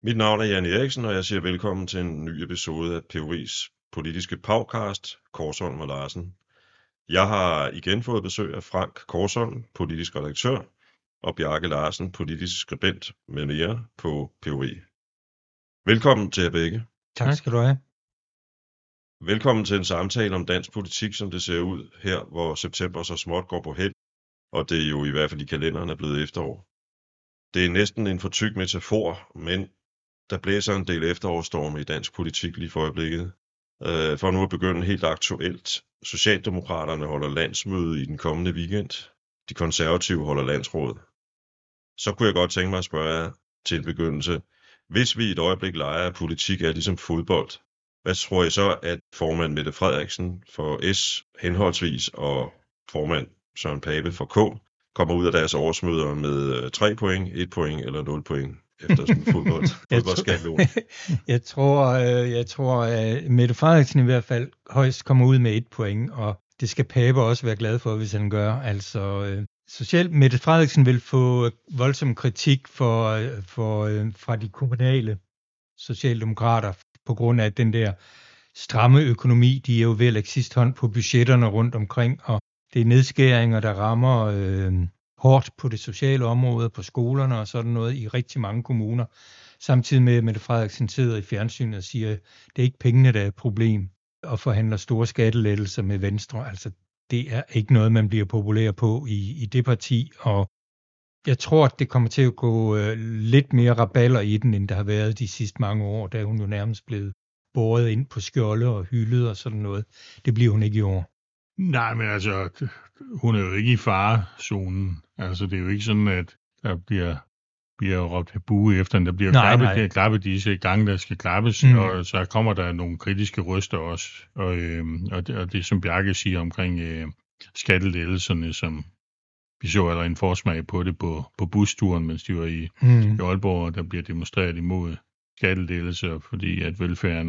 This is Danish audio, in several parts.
Mit navn er Jan Eriksen, og jeg siger velkommen til en ny episode af POV's politiske podcast, Korsholm og Larsen. Jeg har igen fået besøg af Frank Korsholm, politisk redaktør, og Bjarke Larsen, politisk skribent med mere på POV. Velkommen til jer begge. Tak skal du have. Velkommen til en samtale om dansk politik, som det ser ud her, hvor september så småt går på held, og det jo i hvert fald i kalenderen er blevet efterår. Det er næsten en for tyk metafor, men der blæser en del efterårsstorme i dansk politik lige for øjeblikket. For nu at begynde helt aktuelt. Socialdemokraterne holder landsmøde i den kommende weekend. De konservative holder landsråd. Så kunne jeg godt tænke mig at spørge jer til en begyndelse. Hvis vi i et øjeblik leger, at politik er ligesom fodbold, hvad tror I så, at formand Mette Frederiksen for S henholdsvis og formand Søren Pape for K kommer ud af deres årsmøder med 3 point, 1 point eller 0 point? Efter sådan en fodboldskabelon. Jeg tror, at Mette Frederiksen i hvert fald højst kommer ud med 1 point, og det skal Pape også være glad for, hvis han gør. Altså, Mette Frederiksen vil få voldsom kritik fra de kommunale socialdemokrater på grund af den der stramme økonomi. De er jo ved at lægge sidste hånd på budgetterne rundt omkring, og det er nedskæringer, der rammer hårdt på det sociale område, på skolerne og sådan noget i rigtig mange kommuner. Samtidig med, at Mette Frederiksen sidder i fjernsynet og siger, at det er ikke pengene, der er et problem, og forhandler store skattelettelser med Venstre. Altså, det er ikke noget, man bliver populær på i det parti, og jeg tror, at det kommer til at gå lidt mere raballer i den, end der har været de sidste mange år, da hun jo nærmest blevet båret ind på skjolde og hyldet og sådan noget. Det bliver hun ikke i år. Nej, men altså, hun er jo ikke i farezonen. Altså, det er jo ikke sådan, at der bliver råbt bue efter den. Der bliver klappet disse gange, der skal klappes, og så kommer der nogle kritiske røster også. Og det, som Bjarke siger omkring skattelettelserne, som vi så allerede en forsmag på det på busturen, mens de var i Aalborg, der bliver demonstreret imod skattelettelser, fordi at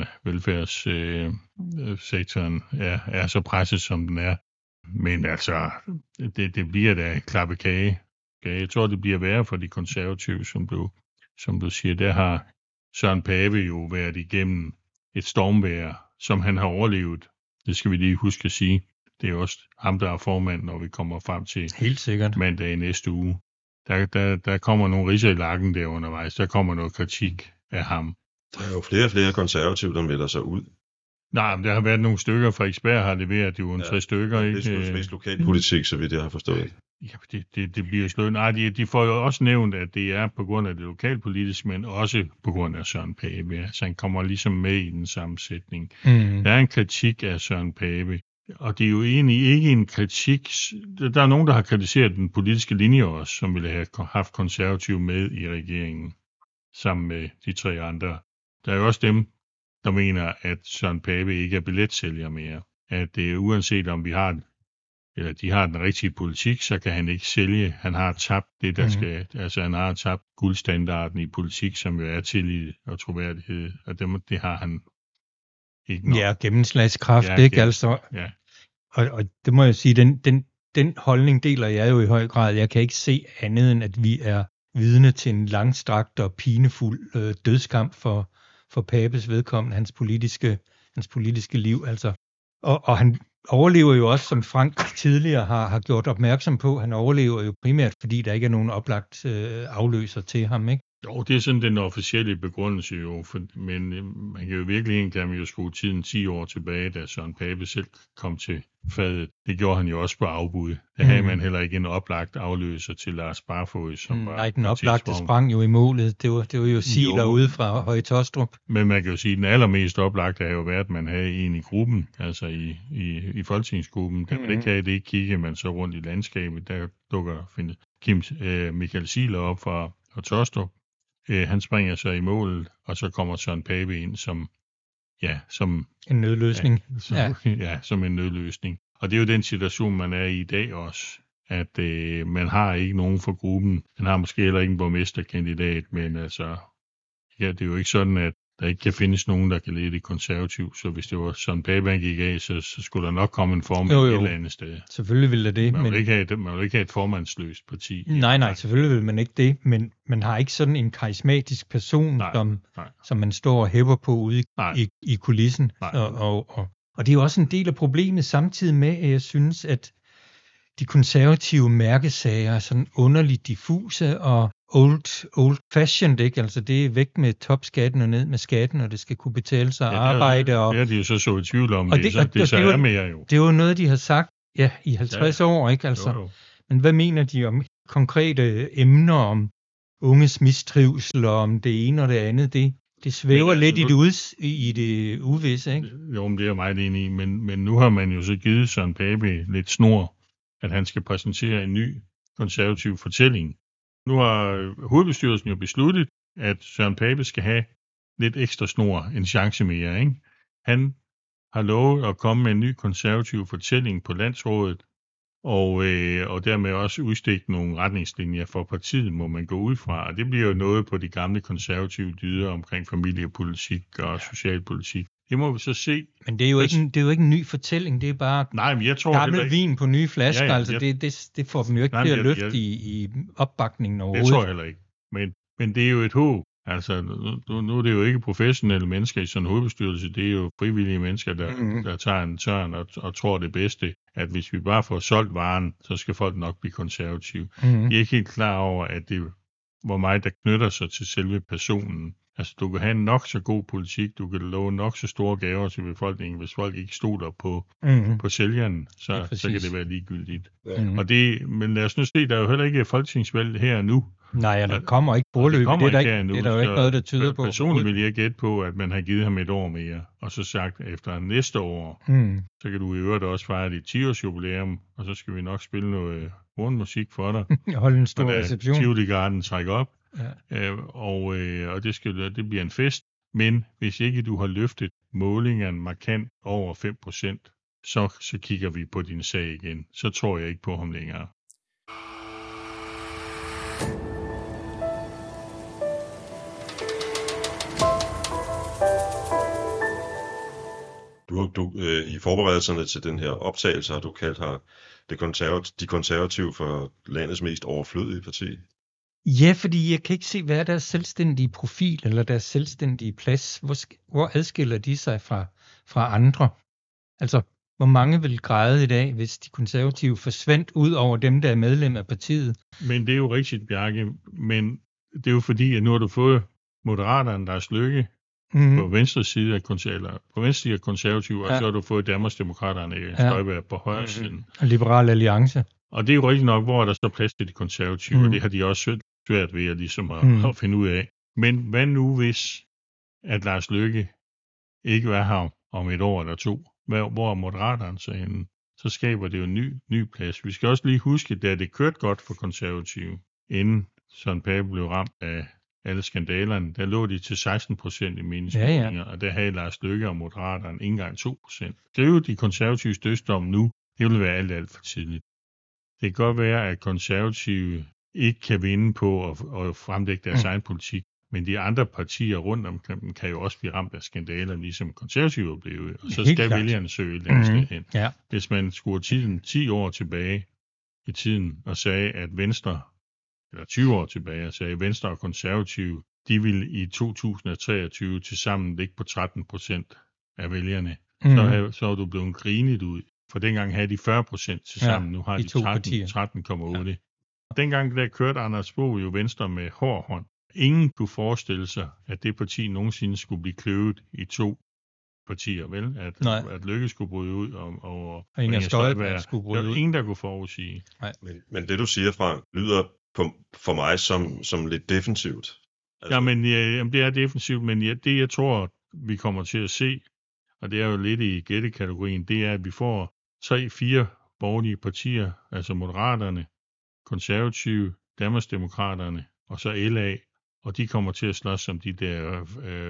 velfærdssektoren er så presset, som den er. Men altså, det bliver da klappe kage. Jeg tror, det bliver værre for de konservative, som du siger. Der har Søren Pape jo været igennem et stormvejr, som han har overlevet. Det skal vi lige huske at sige. Det er også ham, der er formand, når vi kommer frem til helt sikkert mandag i næste uge. Der kommer nogle ridser i lakken der undervejs. Der kommer noget kritik af ham. Der er jo flere og flere konservative, der melder sig ud. Nej, men der har været nogle stykker. Frederiksberg har leveret jo 3 stykker. Det er mest lokalpolitik, så vidt jeg har forstået. Ja, det bliver slået. Nej, de får jo også nævnt, at det er på grund af det lokalpolitiske, men også på grund af Søren Pape. Så han kommer ligesom med i den sammensætning. Der er en kritik af Søren Pape, og det er jo egentlig ikke en kritik. Der er nogen, der har kritiseret den politiske linje også, som ville have haft konservative med i regeringen, sammen med de 3 andre. Der er jo også dem, der mener, at Søren Pape ikke er billetsælger mere. At det uanset om de har den rigtige politik, så kan han ikke sælge. Han har tabt det, der skal. Altså han har tabt guldstandarden i politik, som jo er tillid og troværdighed. Og det har han ikke nok. Ja, gennemslagskraft, ikke? Altså. Ja. Og det må jeg sige, den holdning deler jeg jo i høj grad. Jeg kan ikke se andet end, at vi er vidne til en langstrakt og pinefuld dødskamp for Papes vedkommende, hans politiske liv. Altså. Og han overlever jo også, som Frank tidligere har gjort opmærksom på, han overlever jo primært, fordi der ikke er nogen oplagt afløser til ham, ikke? Jo, det er sådan den officielle begrundelse jo, men man kan jo virkelig skrue tiden 10 år tilbage, da Søren Pape selv kom til fadet. Det gjorde han jo også på afbud. Der havde man heller ikke en oplagt afløser til Lars Barfoed, som var... Nej, den oplagte sprang jo i målet. Det var jo Siler ude fra Høje Taastrup. Men man kan jo sige, at den allermest oplagte har jo været, at man havde en i gruppen, altså i folketingsgruppen. Da man ikke havde det, kiggede man så rundt i landskabet. Der dukker Michael Siler op fra Taastrup. Han springer så i målet, og så kommer Søren Pape ind som en nødløsning. Som en nødløsning. Og det er jo den situation, man er i dag også, at man har ikke nogen for gruppen. Man har måske heller ikke en borgmesterkandidat, men altså, ja, det er jo ikke sådan, at der ikke kan findes nogen, der kan lede det konservativt. Så hvis det var Søren Pape, han gik af, så skulle der nok komme en formand et eller andet sted. Selvfølgelig ville der det. Man vil ikke have et formandsløst parti. Nej, selvfølgelig vil man ikke det, men man har ikke sådan en karismatisk person, som man står og hæpper på ude i kulissen. Og det er jo også en del af problemet, samtidig med, at jeg synes, at de konservative mærkesager er sådan underligt diffuse og old-fashioned, ikke? Altså det er væk med topskatten og ned med skatten, og det skal kunne betale sig at arbejde. Det er de jo så i tvivl om, det er mere jo. Det er jo noget, de har sagt i 50 år, ikke? Altså, jo. Men hvad mener de om konkrete emner, om unges mistrivsel, og om det ene og det andet? Det svæver lidt i det uvisse, ikke? Jo, men det er jeg meget enig i, men nu har man jo så givet Søren Pape lidt snor, at han skal præsentere en ny konservativ fortælling. Nu har hovedbestyrelsen jo besluttet, at Søren Pape skal have lidt ekstra snor, en chance mere, ikke? Han har lovet at komme med en ny konservativ fortælling på landsrådet, og dermed også udstikke nogle retningslinjer for partiet, må man gå ud fra. Og det bliver jo noget på de gamle konservative dyder omkring familiepolitik og socialpolitik. Det må vi så se. Men det er jo ikke en ny fortælling, det er bare gammel vin på nye flasker. Ja, altså det får dem jo ikke til at løfte i opbakningen overhovedet. Det tror jeg heller ikke. Men det er jo et håb. Altså, nu er det jo ikke professionelle mennesker i sådan en hovedbestyrelse, det er jo frivillige mennesker, der tager en tørn og tror det bedste, at hvis vi bare får solgt varen, så skal folk nok blive konservative. De er ikke helt klar over, at hvor meget der knytter sig til selve personen. Altså, du kan have en nok så god politik, du kan love nok så store gaver til befolkningen, hvis folk ikke stoler på sælgeren, så kan det være ligegyldigt. Men lad os nu se, der er jo heller ikke folketingsvalg her nu. Nej, der kommer ikke forløb. Det er der jo ikke noget, der tyder på. Personligt vil jeg gætte på, at man har givet ham et år mere, og så sagt, at efter næste år, så kan du i øvrigt også fejre dit 10-års jubilæum, og så skal vi nok spille noget hornmusik for dig. Holde en stor reception. Tivoli Garden trækker op. Ja. Og det bliver en fest, men hvis ikke du har løftet målingerne markant over 5%, så kigger vi på din sag igen. Så tror jeg ikke på ham længere. Du i forberedelserne til den her optagelse har du kaldt de konservative for landets mest overflødige parti. Ja, fordi jeg kan ikke se, hvad er deres selvstændige profil eller deres selvstændige plads. Hvor adskiller de sig fra andre? Altså, hvor mange vil græde i dag, hvis de konservative forsvandt ud over dem, der er medlem af partiet? Men det er jo rigtigt, Bjarke. Men det er jo fordi, at nu har du fået Moderaterne, Lars Løkke, på venstre side af konservative, og så har du fået Danmarksdemokraterne, Støjberg på højre siden. Liberal Alliance. Og det er jo rigtigt nok, hvor der så plads til de konservative, og det har de også svært ved at finde ud af. Men hvad nu hvis, at Lars Løkke ikke var her om et år eller to? Hvor er Moderaterne så henne? Så skaber det jo en ny plads. Vi skal også lige huske, at det kørte godt for konservative, inden Søren Pape blev ramt af alle skandalerne. Der lå de til 16% i meningsmålinger, og der havde Lars Løkke og Moderaterne ikke engang 2%. Skrive de konservative dødsdom nu, det vil være alt for tidligt. Det kan godt være, at konservative ikke kan vinde på at fremlægge deres egen politik, men de andre partier rundt omkring dem kan jo også blive ramt af skandaler, ligesom konservative er blevet, og så skal vælgerne søge et andet sted hen. Ja. Hvis man skruer tiden 10 år tilbage i tiden og sagde, at Venstre, eller 20 år tilbage, og sagde, at Venstre og konservative, de vil i 2023 til sammen ligge på 13% af vælgerne, så er du blevet grinet ud. For dengang havde de 40% til sammen, nu har de 13,8%. Dengang der kørte Anders Fogh jo Venstre med hård hånd. Ingen kunne forestille sig, at det parti nogensinde skulle blive kløvet i 2 partier, vel? At Løkke skulle bryde ud, og Inger Støjberg skulle bryde ud. Der var ingen, der kunne forudsige. Men det du siger, Frank, lyder for mig som lidt defensivt. Altså. Jamen, det er defensivt, men det jeg tror, vi kommer til at se, og det er jo lidt i gættekategorien, det er, at vi får 3-4 borgerlige partier, altså Moderaterne, Konservative, Danmarksdemokraterne og så LA, og de kommer til at slås om de der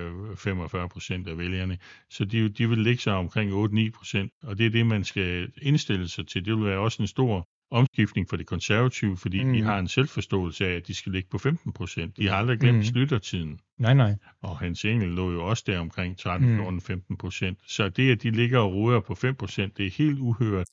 45% af vælgerne. Så de vil ligge sig omkring 8-9%, og det er det, man skal indstille sig til. Det vil være også en stor omskiftning for de konservative, fordi de har en selvforståelse af, at de skal ligge på 15%. De har aldrig glemt Slytter-tiden. Nej. Og Hans Engel lå jo også der omkring 13-14-15%. Så det, at de ligger og roder på 5%, det er helt uhørt.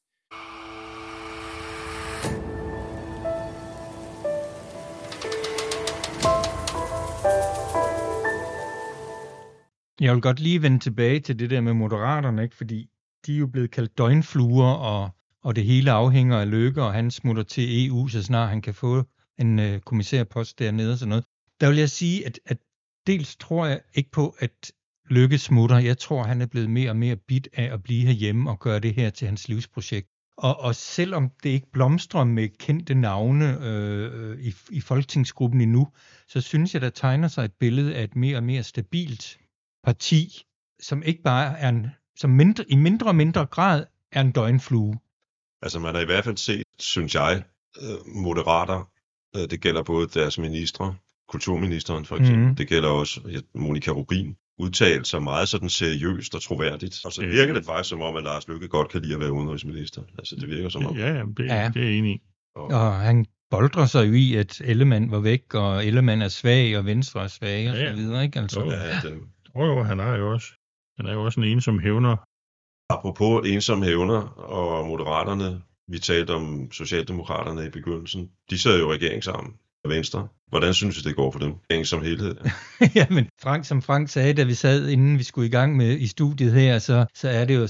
Jeg vil godt lige vende tilbage til det der med Moderaterne, ikke? Fordi de er jo blevet kaldt døgnfluer, og det hele afhænger af Løkke, og han smutter til EU, så snart han kan få en kommissærpost dernede og sådan noget. Der vil jeg sige, at dels tror jeg ikke på, at Løkke smutter. Jeg tror, han er blevet mere og mere bidt af at blive herhjemme og gøre det her til hans livsprojekt. Og selvom det ikke blomstrer med kendte navne i folketingsgruppen endnu, så synes jeg, der tegner sig et billede af et mere og mere stabilt parti, som ikke bare er i mindre og mindre grad er en døgnflue. Altså man har i hvert fald set, synes jeg, moderater, det gælder både deres ministre, kulturministeren for eksempel, det gælder også Monika Rubin, udtalt sig meget sådan seriøst og troværdigt. Og så virker det faktisk som om, at Lars Løkke godt kan lide at være udenrigsminister. Altså det virker som om. Ja, det er jeg enig i. Og han boldrer sig jo i, at Ellemann var væk, og Ellemann er svag, og Venstre er svag, og så videre, ikke? Altså. Jo, han er jo også en ensom hævner. Apropos ensom hævner og Moderaterne, vi talte om Socialdemokraterne i begyndelsen. De sidder jo i regering sammen med Venstre. Hvordan synes du, det går for dem? Regering som helhed? Jamen, som Frank sagde, da vi sad, inden vi skulle i gang med i studiet her, så er det jo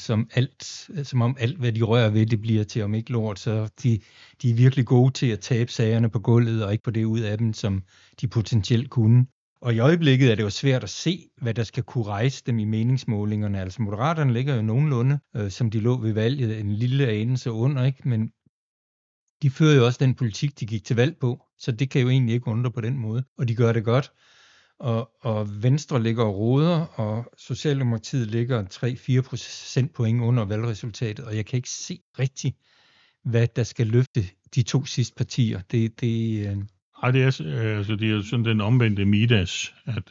som om alt, hvad de rører ved, det bliver til om ikke lort. Så de er virkelig gode til at tabe sagerne på gulvet, og ikke på det ud af dem, som de potentielt kunne. Og i øjeblikket er det jo svært at se, hvad der skal kunne rejse dem i meningsmålingerne. Altså Moderaterne ligger jo nogenlunde, som de lå ved valget, en lille anelse under, ikke? Men de fører jo også den politik, de gik til valg på, så det kan jo egentlig ikke undre på den måde. Og de gør det godt. Og Venstre ligger og roder, og Socialdemokratiet ligger 3-4% point under valgresultatet, og jeg kan ikke se rigtigt, hvad der skal løfte de to sidste partier. Det er jo sådan den omvendte Midas, at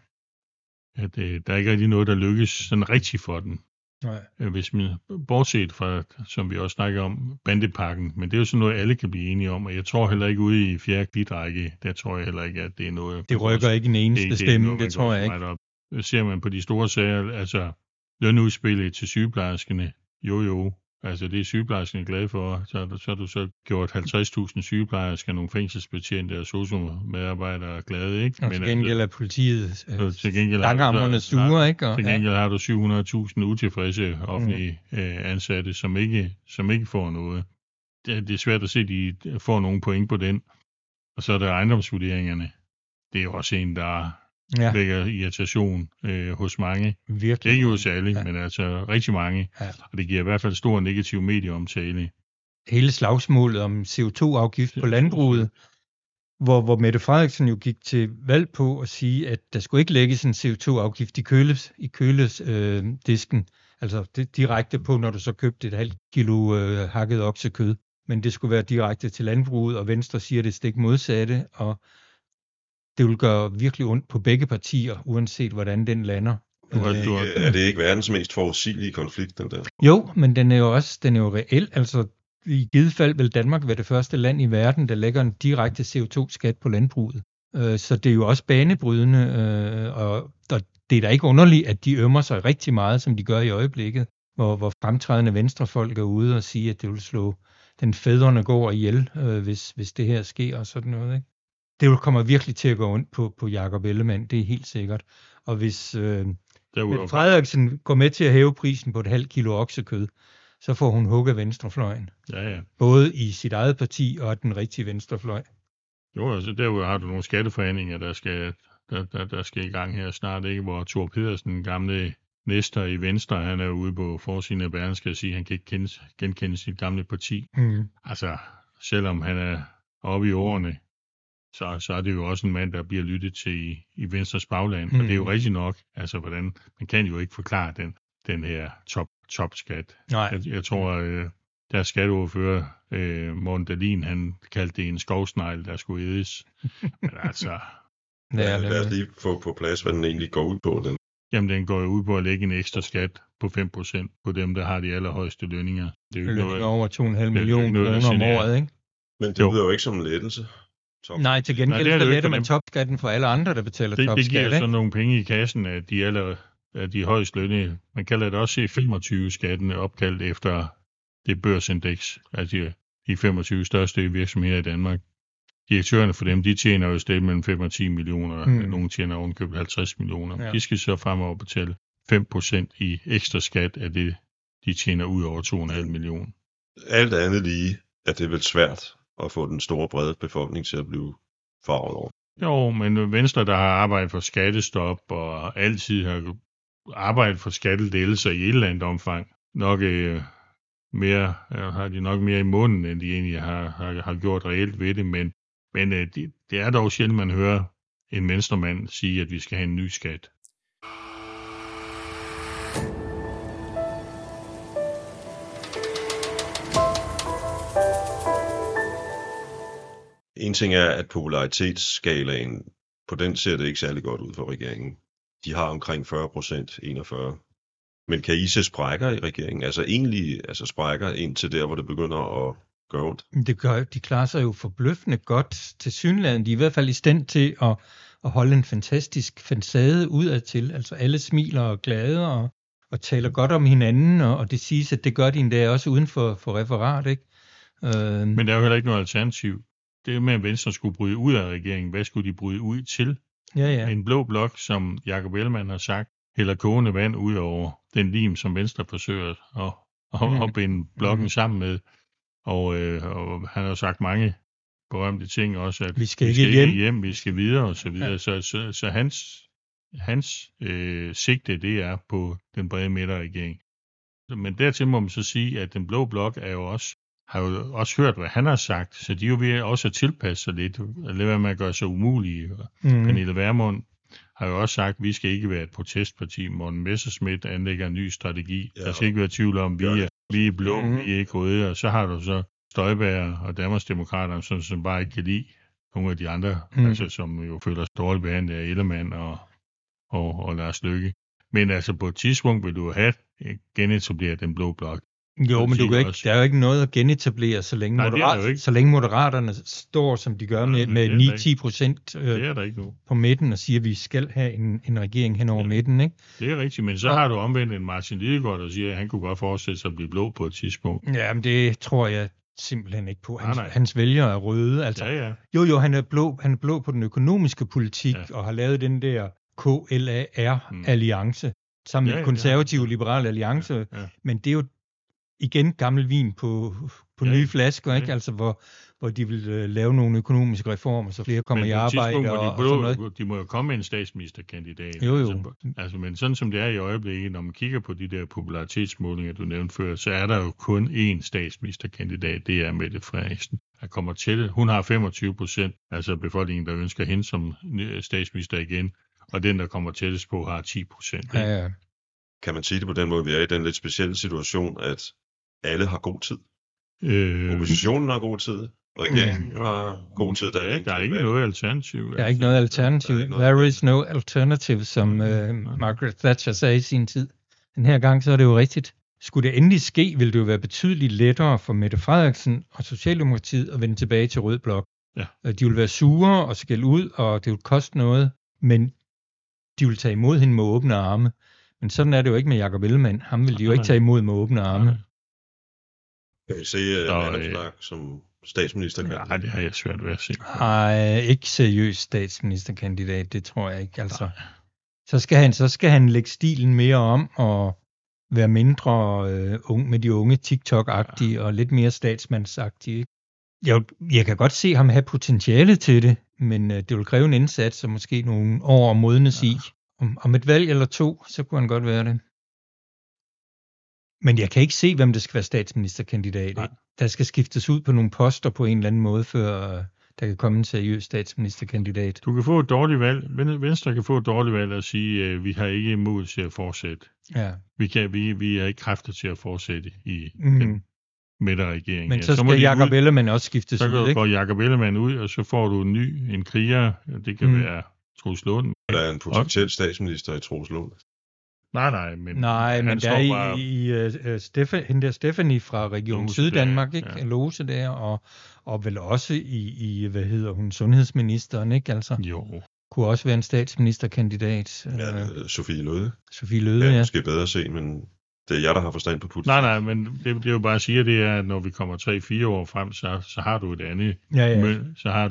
der er ikke rigtig noget, der lykkes sådan rigtigt for den. Nej. Hvis man, bortset fra, som vi også snakker om, bandepakken, men det er jo sådan noget, alle kan blive enige om, og jeg tror heller ikke ude i fjerde klitrække, der tror jeg heller ikke, at det er noget. Det rykker ikke en eneste stemme, det tror jeg ikke. Ser man på de store sager, altså lønudspillet til sygeplejerskerne, jo, altså det er sygeplejerskerne glade for, så har du så gjort 50.000 sygeplejersker, nogle fængselsbetjente og sosu-medarbejdere glade, ikke? Og til gengæld er politiet langarmerne sure, ikke? Til gengæld har du 700.000 utilfredse offentlige ansatte, som ikke får noget. Det er svært at se, at de får nogle point på den. Og så er der ejendomsvurderingerne. Det er jo også en, der vækker irritation hos mange. Virkelig. Det er ikke hos alle, men altså rigtig mange. Ja. Og det giver i hvert fald stor negativ medieomtale. Hele slagsmålet om CO2-afgift på landbruget, hvor Mette Frederiksen jo gik til valg på at sige, at der skulle ikke lægges en CO2-afgift i kølesdisken. Altså det direkte på, når du så købte et halvt kilo hakket oksekød. Men det skulle være direkte til landbruget, og Venstre siger det stik modsatte, og det vil gøre virkelig ondt på begge partier, uanset hvordan den lander. Er det ikke verdens mest forudsigelige konflikt, den der? Jo, men den er jo reel. Altså, i givet fald vil Danmark være det første land i verden, der lægger en direkte CO2-skat på landbruget. Så det er jo også banebrydende, og det er da ikke underligt, at de ømmer sig rigtig meget, som de gør i øjeblikket, hvor fremtrædende venstrefolk er ude og sige, at det vil slå den fædrene går ihjel, hvis det her sker og sådan noget, ikke? Det kommer virkelig til at gå ondt på Jakob Ellemann, det er helt sikkert. Og hvis Mette Frederiksen går med til at hæve prisen på et halvt kilo oksekød, så får hun hugget venstrefløjen. Ja. Både i sit eget parti og den rigtige venstrefløj. Jo, altså derudover har du nogle skatteforhandlinger, der skal i gang her snart, ikke? Hvor Thor Pedersen, gamle næster i Venstre, han er ude på forsiden af Berlingske og sige, at han kan ikke genkende sit gamle parti. Altså, selvom han er oppe i årene, så er det jo også en mand, der bliver lyttet til i Venstres bagland. Og det er jo rigtig nok, altså hvordan, man kan jo ikke forklare den her topskat. Jeg tror, der skatteordfører Morten Dahlin, han kaldte det en skovsnegl, der skulle ædes. Men altså... Lad os lige få på plads, hvad den egentlig går ud på, den Jamen, den går jo ud på at lægge en ekstra skat på 5% på dem, der har de allerhøjeste lønninger. Det er jo lønninger over 2,5 millioner kroner om året, ikke? Men det lyder jo ikke som en lettelse. Nej, til gengæld så letter man topskatten for alle andre, der betaler topskat. Det giver så nogle penge i kassen af de højst lønnede. Man kalder det også C25-skatten, opkaldt efter det børsindeks, altså de 25 største virksomheder i Danmark. Direktørerne for dem, de tjener jo stedet mellem 5 og 10 millioner. Nogle tjener ovenkøbet 50 millioner. Ja. De skal så fremover betale 5% i ekstra skat af det, de tjener ud over 2,5 millioner. Alt andet lige, at det er vel svært at få den store brede befolkning til at blive farvet over. Jo, men Venstre, der har arbejdet for skattestop og altid har arbejdet for skattelettelser i et eller andet omfang, har de nok mere i munden, end de egentlig har gjort reelt ved det, men det er dog sjældent, man hører en venstremand sige, at vi skal have en ny skat. En ting er, at popularitetsskalaen, på den ser det ikke særlig godt ud for regeringen. De har omkring 40%, 41%. Men kan I se sprækker i regeringen? Altså sprækker ind til der, hvor det begynder at gøre ondt? De klarer sig jo forbløffende godt til synligheden. De er i hvert fald i stand til at holde en fantastisk facade udadtil. Altså alle smiler og glade og taler godt om hinanden, og det siges, at det gør de endda også uden for referat, ikke? Men der er jo heller ikke noget alternativ. Det med, at Venstre skulle bryde ud af regeringen, hvad skulle de bryde ud til? Ja. En blå blok, som Jakob Ellemann har sagt, hælder kogende vand ud over den lim, som Venstre forsøger at binde blokken sammen med. Og han har sagt mange berømte ting også, at vi skal ikke hjem, vi skal videre og så videre. Ja. Så hans sigte, det er på den brede midterregering. Men dertil må man så sige, at den blå blok har jo også hørt, hvad han har sagt, så de er jo ved også at tilpasse sig lidt, og lade være med at gøre sig umulige. Pernille Vermund har jo også sagt, at vi skal ikke være et protestparti. Morten Messerschmidt anlægger en ny strategi. Ja. Der skal ikke være tvivl om, vi er blå, vi er ikke røde, og så har du så Støjberg og Danmarksdemokraterne, som bare ikke kan lide nogle af de andre, altså, som jo føler sig dårligt behandlet af Ellemann og Lars Løkke. Men altså på et tidspunkt vil du genetablere den blå blok. Jo, men der er jo ikke noget at genetablere, så længe Moderaterne står, som de gør med 9-10% på midten og siger, at vi skal have en regering hen over midten, ikke? Det er rigtigt, men så har du omvendt en Martin Lidegaard, der siger, at han kunne godt forestille sig at blive blå på et tidspunkt. Ja, men det tror jeg simpelthen ikke på. Hans vælgere er røde. Altså, ja. Jo, han er blå på den økonomiske politik og har lavet den der KLAR-alliance sammen med konservative liberale alliance, men det er jo igen gammel vin på nye flasker, ikke? Altså hvor de vil lave nogle økonomiske reformer, så flere kommer i arbejde og sådan noget. De må jo komme med en statsministerkandidat. Jo. Altså, men sådan som det er i øjeblikket, når man kigger på de der popularitetsmålinger, du nævnte før, så er der jo kun én statsministerkandidat, det er Mette Frederiksen. Der kommer til. Hun har 25%, altså befolkningen, der ønsker hende som statsminister igen, og den, der kommer tættest på, har 10%. Ja. Kan man sige det på den måde, vi er i den lidt specielle situation, at alle har god tid? Oppositionen har god tid, regeringen har god tid. Der er ikke noget alternativ. Der er ikke noget alternativ. There is no alternative, som Margaret Thatcher sagde i sin tid. Den her gang, så er det jo rigtigt. Skulle det endelig ske, ville det jo være betydeligt lettere for Mette Frederiksen og Socialdemokratiet at vende tilbage til Rød Blok. Ja. De vil være sure og skælde ud, og det vil koste noget, men de vil tage imod hende med åbne arme. Men sådan er det jo ikke med Jakob Ellemann. Ham vil de jo ikke tage imod med åbne arme. Kan I se Vanopslagh som statsministerkandidat? Nej, det har jeg svært ved at se. Nej, ikke seriøs statsministerkandidat, det tror jeg ikke. Altså, så skal han lægge stilen mere om og være mindre ung med de unge TikTok-agtige og lidt mere statsmandsagtige. Jeg kan godt se ham have potentiale til det, men det vil kræve en indsats og måske nogle år at modnes i. Om et valg eller 2, så kunne han godt være det. Men jeg kan ikke se, hvem det skal være statsministerkandidat. Der skal skiftes ud på nogle poster på en eller anden måde, før der kan komme en seriøs statsministerkandidat. Du kan få et dårligt valg. Venstre kan få et dårligt valg og sige, at vi har ikke mod til at fortsætte. Ja. Vi har ikke kræfter til at fortsætte i den midterregering. Men så skal Jakob Ellemann også skiftes ud, ikke? Så går Jakob Ellemann ud, og så får du en kriger. Det kan være Troels Lund. Der er en potentiel statsminister i Troels Lund. Nej, men der er hende der Stephanie fra Region Lose Syddanmark, der, ikke? ja. Lose der, og vel også i hvad hedder hun, sundhedsministeren, ikke? Altså, jo. Kunne også være en statsministerkandidat. Sofie Løhde. Sofie Løhde, ja. Måske bedre se, men det er jeg, der har forstand på politik. Nej, men det jo bare siger, det er, at når vi kommer 3-4 år frem, så har du et andet. Ja. Så har du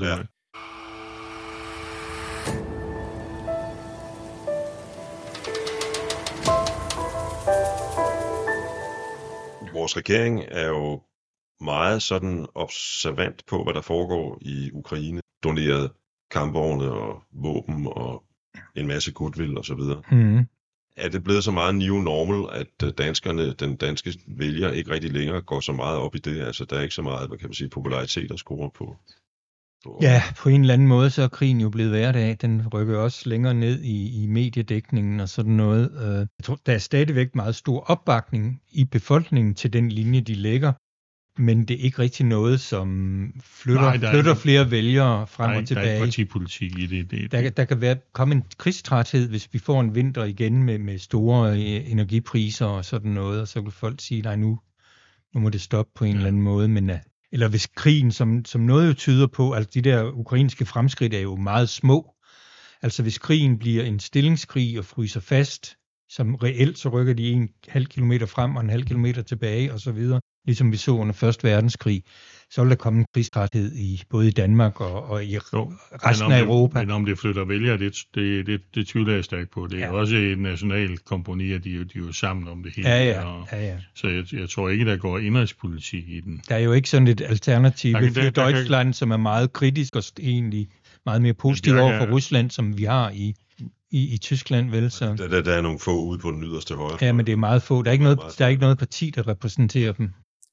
Vores regering er jo meget sådan observant på, hvad der foregår i Ukraine. Doneret kampvogne og våben og en masse goodwill og så videre. Mm. Er det blevet så meget new normal, at den danske vælger ikke rigtig længere går så meget op i det? Altså, der er ikke så meget, hvad kan man sige, popularitet at score på. Ja, på en eller anden måde, så er krigen jo blevet hverdag. Den rykker også længere ned i mediedækningen og sådan noget. Jeg tror, der er stadigvæk meget stor opbakning i befolkningen til den linje, de lægger. Men det er ikke rigtig noget, som flytter flere vælgere frem og tilbage. Der er ikke partipolitik i det. Der kan komme en krigstræthed, hvis vi får en vinter igen med store energipriser og sådan noget, og så vil folk sige, nej, nu må det stoppe på en eller anden måde. Men, eller hvis krigen, som noget jo tyder på, altså de der ukrainske fremskridt er jo meget små. Altså hvis krigen bliver en stillingskrig og fryser fast, som reelt så rykker de 1,5 kilometer frem og 1,5 kilometer tilbage og så videre, ligesom vi så under 1. verdenskrig, så vil der komme en krigstræthed både i Danmark og i resten af Europa. Men om det flytter vælgere, det tvivler jeg stærkt på. Det er også et nationalt komponi, at de er jo sammen om det hele. Ja. Så jeg tror ikke, der går indrigspolitik i den. Der er jo ikke sådan et alternativ for Deutschland, som er meget kritisk og egentlig meget mere positiv over for Rusland, som vi har i Tyskland, vel? Så. Der er nogle få ude på den yderste højre. Ja, men det er meget få. Der er ikke noget parti, der repræsenterer dem.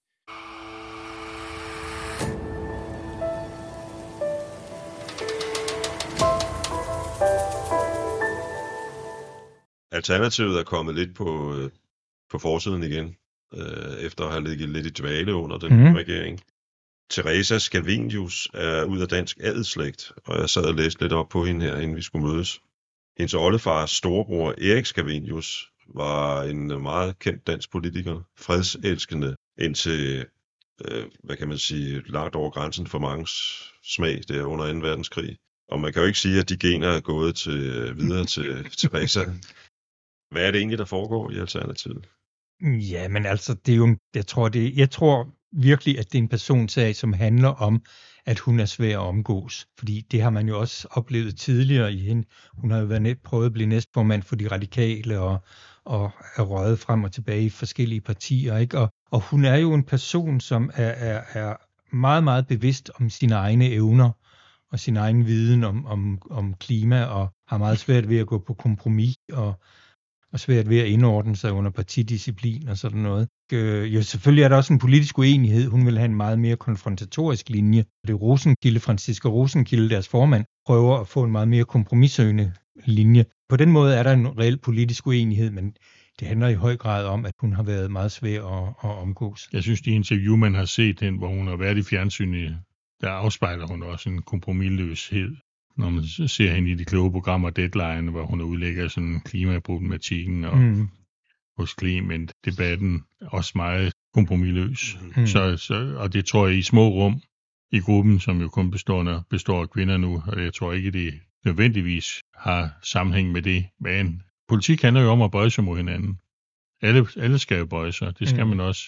Alternativet er kommet lidt på forsiden igen, efter at have ligget lidt i dvale under den nye regering. Teresa Scavenius er ud af dansk adelsslægt, og jeg sad og læste lidt op på hende her, inden vi skulle mødes. Hendes oldefars storebror Erik Scavenius var en meget kendt dansk politiker, fredselskende indtil, hvad kan man sige, langt over grænsen for manges smag der under 2. verdenskrig. Og man kan jo ikke sige, at de gener er gået videre til Teresa. Hvad er det egentlig, der foregår i Alternativet? Ja, men altså, det er jo, jeg tror virkelig, at det er en personsag, som handler om, at hun er svær at omgås. Fordi det har man jo også oplevet tidligere i hende. Hun har jo prøvet at blive næstformand for de radikale og er røget frem og tilbage i forskellige partier. Ikke? Og hun er jo en person, som er meget, meget bevidst om sine egne evner og sin egen viden om klima, og har meget svært ved at gå på kompromis og svært ved at indordne sig under partidisciplin og sådan noget. Jo, selvfølgelig er der også en politisk uenighed. Hun vil have en meget mere konfrontatorisk linje. Det er Franziska Rosenkilde, deres formand, prøver at få en meget mere kompromissøgende linje. På den måde er der en reel politisk uenighed, men det handler i høj grad om, at hun har været meget svær at omgås. Jeg synes, de interview, man har set hende, hvor hun har været i fjernsynet, der afspejler hun også en kompromisløshed. Når man ser hende i de kloge programmer Deadline, hvor hun udlægger sådan klimaproblematikken og hos Clement-debatten også meget kompromisløs. Og det tror jeg i små rum i gruppen, som jo kun består af kvinder nu, og jeg tror ikke, det nødvendigvis har sammenhæng med det. Men politik handler jo om at bøje sig mod hinanden. Alle skal jo bøje sig. Det skal man også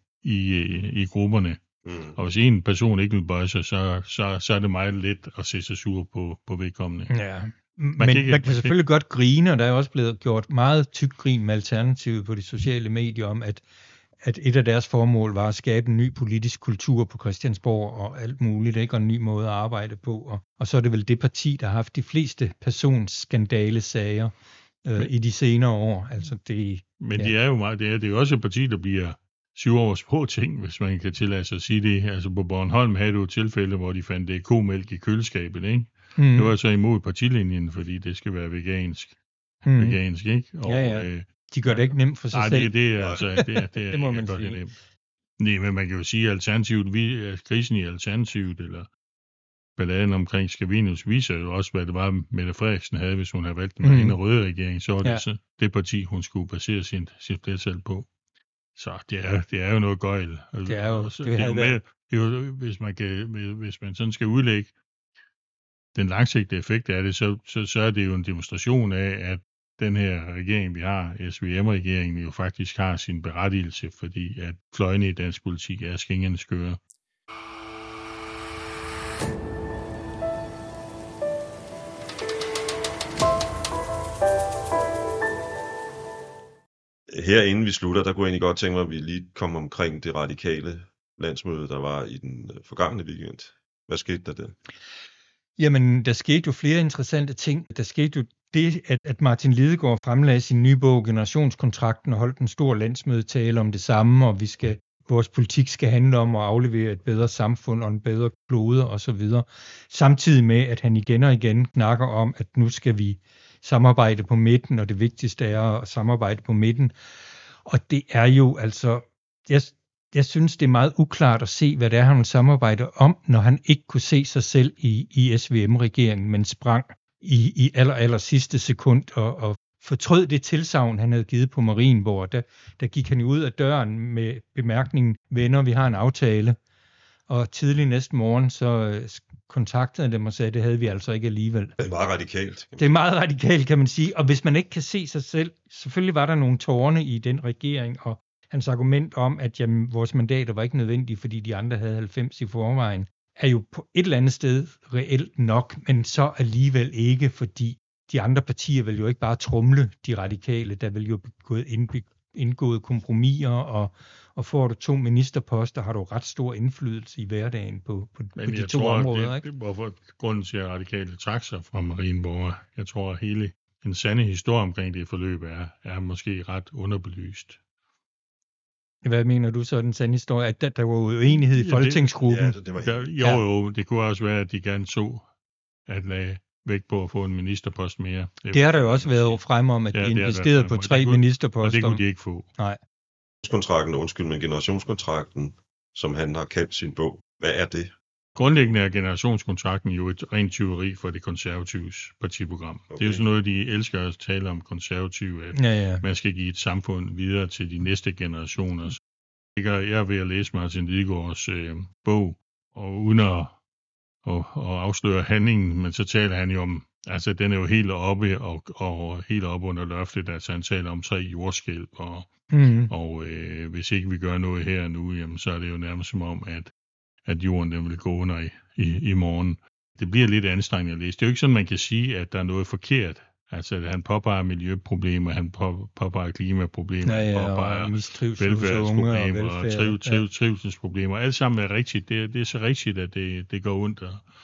i grupperne. Og hvis en person ikke vil bøje sig, så er det meget let at se sig sur på vedkommende. Ja. Man kan selvfølgelig godt grine, og der er også blevet gjort meget tyk grin med Alternativet på de sociale medier om, at et af deres formål var at skabe en ny politisk kultur på Christiansborg og alt muligt, ikke? Og en ny måde at arbejde på. Og så er det vel det parti, der har haft de fleste personskandalesager i de senere år. Altså det, men det er jo meget, det er jo også et parti, der bliver 7 års på ting, hvis man kan tillade sig at sige det. Altså på Bornholm havde du et tilfælde, hvor de fandt komælk i køleskabet, ikke? Det var så imod partilinjen, fordi det skal være vegansk, ikke? Og, de gør det ikke nemt for sig selv. Det er altså, det må man sige. Nej, men man kan jo sige, Alternativet, krisen i Alternativet, eller balladen omkring Scavenius viser jo også, hvad det var, Mette Frederiksen havde, hvis hun havde valgt den røde regering, så var det så det parti, hun skulle basere sin flertal på. Så det er jo noget gøjl. Det er jo, hvis man sådan skal udlægge den langsigtede effekt af det, så er det jo en demonstration af, at den her regering, vi har, SVM-regeringen, jo faktisk har sin berettigelse, fordi at fløjene i dansk politik er skingerne skøre. Her inden vi slutter, der kunne jeg egentlig godt tænke mig, at vi lige kommer omkring det radikale landsmøde, der var i den forgangne weekend. Hvad skete der? Jamen, der skete jo flere interessante ting. Der skete jo det, at Martin Lidegaard fremlagde sin nye bog, Generationskontrakten, og holdt en stor landsmødetale om det samme, og vores politik skal handle om at aflevere et bedre samfund og en bedre klode osv. Samtidig med, at han igen og igen snakker om, at nu skal vi samarbejde på midten, og det vigtigste er at samarbejde på midten. Og det er jo altså, jeg synes, det er meget uklart at se, hvad det er, han samarbejder om, når han ikke kunne se sig selv i SVM-regeringen, men sprang i aller sidste sekund og fortrød det tilsagn, han havde givet på Marienborg. Der gik han jo ud af døren med bemærkningen, venner, vi har en aftale. Og tidlig næste morgen, så kontaktede han dem og sagde, at det havde vi altså ikke alligevel. Det er meget radikalt. Det er meget radikalt, kan man sige. Og hvis man ikke kan se sig selv, selvfølgelig var der nogle tårne i den regering, og hans argument om, at jamen, vores mandater var ikke nødvendige, fordi de andre havde 90 i forvejen, er jo på et eller andet sted reelt nok, men så alligevel ikke, fordi de andre partier vil jo ikke bare tromle de radikale, der vil jo indgået kompromiser, og får du 2 ministerposter, har du ret stor indflydelse i hverdagen på de 2 områder. Ikke? Hvorfor grunden til, at radikale trak sig fra Marienborg, jeg tror, at hele den sande historie omkring det forløb er måske ret underbelyst. Hvad mener du så, den sande historie? At der var uenighed i folketingsgruppen? Det kunne også være, at de gerne så at lade væk på at få en ministerpost mere. Det har der jo også været frem om, at de investerede på 3 ministerposter. Og det kunne de ikke få. Nej. Generationskontrakten, som han har kaldt sin bog. Hvad er det? Grundlæggende er generationskontrakten jo et rent tyveri for det konservatives partiprogram. Okay. Det er jo sådan noget, de elsker at tale om konservative, at man skal give et samfund videre til de næste generationer. Jeg er ved at læse Martin Lidegaards bog, og uden at afsløre handlingen, men så taler han jo om, altså den er jo helt oppe og helt oppe under løftet, altså han taler om 3 jordskælv, og hvis ikke vi gør noget her nu, jamen, så er det jo nærmest som om, at jorden den vil gå under i morgen. Det bliver lidt anstrengende at læse. Det er jo ikke sådan, man kan sige, at der er noget forkert. Altså, at han påpeger miljøproblemer, han påpeger klimaproblemer, påpeger velfærdsproblemer, trivselsproblemer. Alt sammen er rigtigt. Det er så rigtigt, at det går ondt.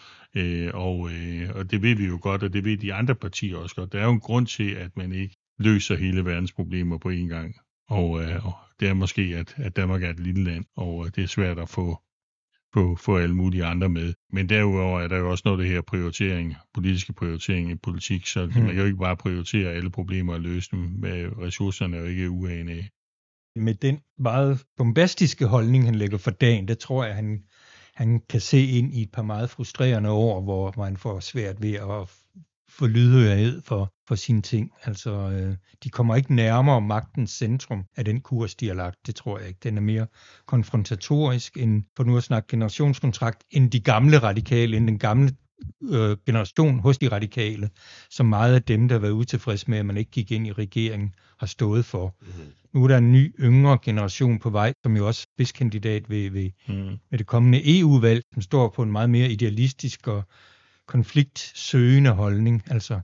Og det ved vi jo godt, og det ved de andre partier også godt. Der er jo en grund til, at man ikke løser hele verdens problemer på én gang. Og det er måske, at Danmark er et lille land, og det er svært at få alle mulige andre med. Men derudover er der jo også noget af det her politiske prioritering i politik, så man kan jo ikke bare prioritere alle problemer og løse dem, med ressourcerne er jo ikke uanede. Med den meget bombastiske holdning, han lægger for dagen, der tror jeg, han kan se ind i et par meget frustrerende år, hvor man får svært ved at få lydhørighed for sine ting. Altså, de kommer ikke nærmere magtens centrum af den kurs, de har lagt. Det tror jeg ikke. Den er mere konfrontatorisk, end, for nu at snakke generationskontrakt, end de gamle radikale, end den gamle generation hos de radikale, som meget af dem, der har været utilfredse med, at man ikke gik ind i regeringen, har stået for. Nu er der en ny, yngre generation på vej, som jo også er spidskandidat ved det kommende EU-valg, som står på en meget mere idealistisk og konfliktsøgende holdning, altså.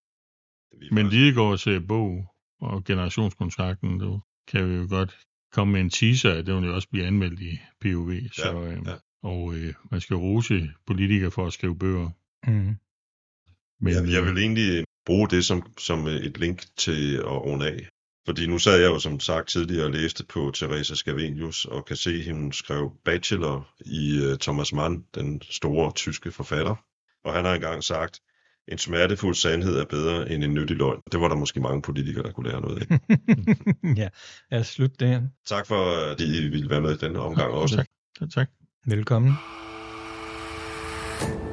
Men Lidegaards bog og generationskontrakten, du kan vi jo godt komme med en teaser, at det vil jo også blive anmeldt i POV, og man skal rose politikere for at skrive bøger. Men jeg vil egentlig bruge det som et link til at runde af. Fordi nu sad jeg jo som sagt tidligere og læste på Teresa Scavenius, og kan se, at hun skrev bachelor i Thomas Mann, den store tyske forfatter. Og han har engang sagt, en smertefuld sandhed er bedre end en nyttig løgn. Det var der måske mange politikere, der kunne lære noget af. Ja, slut det. Tak for, at I ville være med i denne omgang også. Tak. Velkommen.